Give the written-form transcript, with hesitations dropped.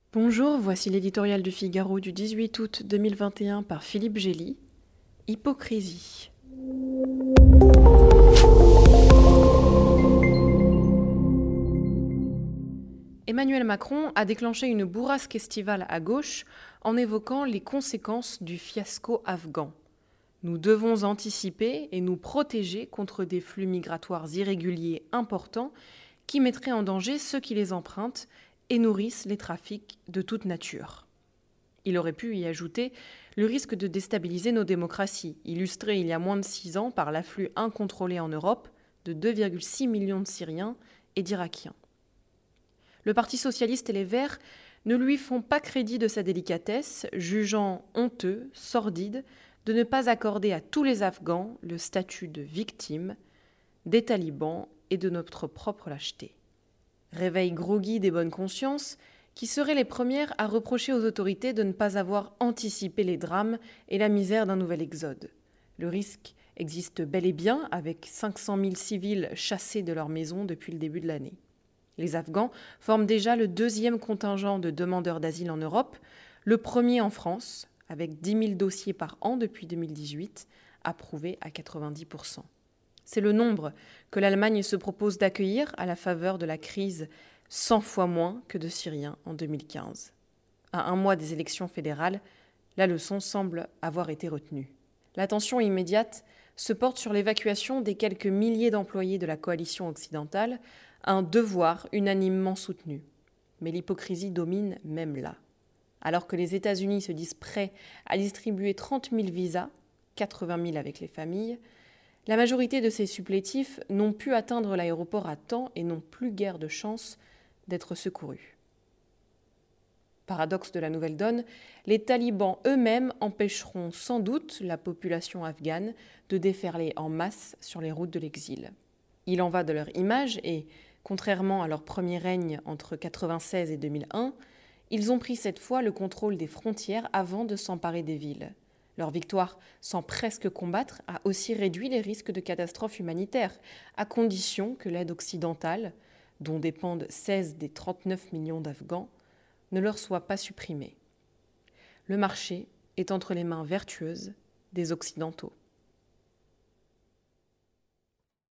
Bonjour, voici l'éditorial du Figaro du 18 août 2021 par Philippe Gély. Hypocrisie. Emmanuel Macron a déclenché une bourrasque estivale à gauche en évoquant les conséquences du fiasco afghan. Nous devons anticiper et nous protéger contre des flux migratoires irréguliers importants qui mettraient en danger ceux qui les empruntent et nourrissent les trafics de toute nature. Il aurait pu y ajouter le risque de déstabiliser nos démocraties, illustré il y a moins de 6 ans par l'afflux incontrôlé en Europe de 2,6 millions de Syriens et d'Irakiens. Le Parti socialiste et les Verts ne lui font pas crédit de sa délicatesse, jugeant honteux, sordide, de ne pas accorder à tous les Afghans le statut de victime, des talibans et de notre propre lâcheté. Réveil groggy des bonnes consciences, qui seraient les premières à reprocher aux autorités de ne pas avoir anticipé les drames et la misère d'un nouvel exode. Le risque existe bel et bien, avec 500 000 civils chassés de leur maison depuis le début de l'année. Les Afghans forment déjà le deuxième contingent de demandeurs d'asile en Europe, le premier en France, avec 10 000 dossiers par an depuis 2018, approuvés à 90%. C'est le nombre que l'Allemagne se propose d'accueillir à la faveur de la crise, 100 fois moins que de Syriens en 2015. À un mois des élections fédérales, la leçon semble avoir été retenue. L'attention immédiate se porte sur l'évacuation des quelques milliers d'employés de la coalition occidentale, un devoir unanimement soutenu. Mais l'hypocrisie domine même là. Alors que les États-Unis se disent prêts à distribuer 30 000 visas, 80 000 avec les familles, la majorité de ces supplétifs n'ont pu atteindre l'aéroport à temps et n'ont plus guère de chance d'être secourus. Paradoxe de la nouvelle donne, les talibans eux-mêmes empêcheront sans doute la population afghane de déferler en masse sur les routes de l'exil. Il en va de leur image et, contrairement à leur premier règne entre 1996 et 2001, ils ont pris cette fois le contrôle des frontières avant de s'emparer des villes. Leur victoire, sans presque combattre, a aussi réduit les risques de catastrophes humanitaires, à condition que l'aide occidentale, dont dépendent 16 des 39 millions d'Afghans, ne leur soit pas supprimée. Le marché est entre les mains vertueuses des Occidentaux.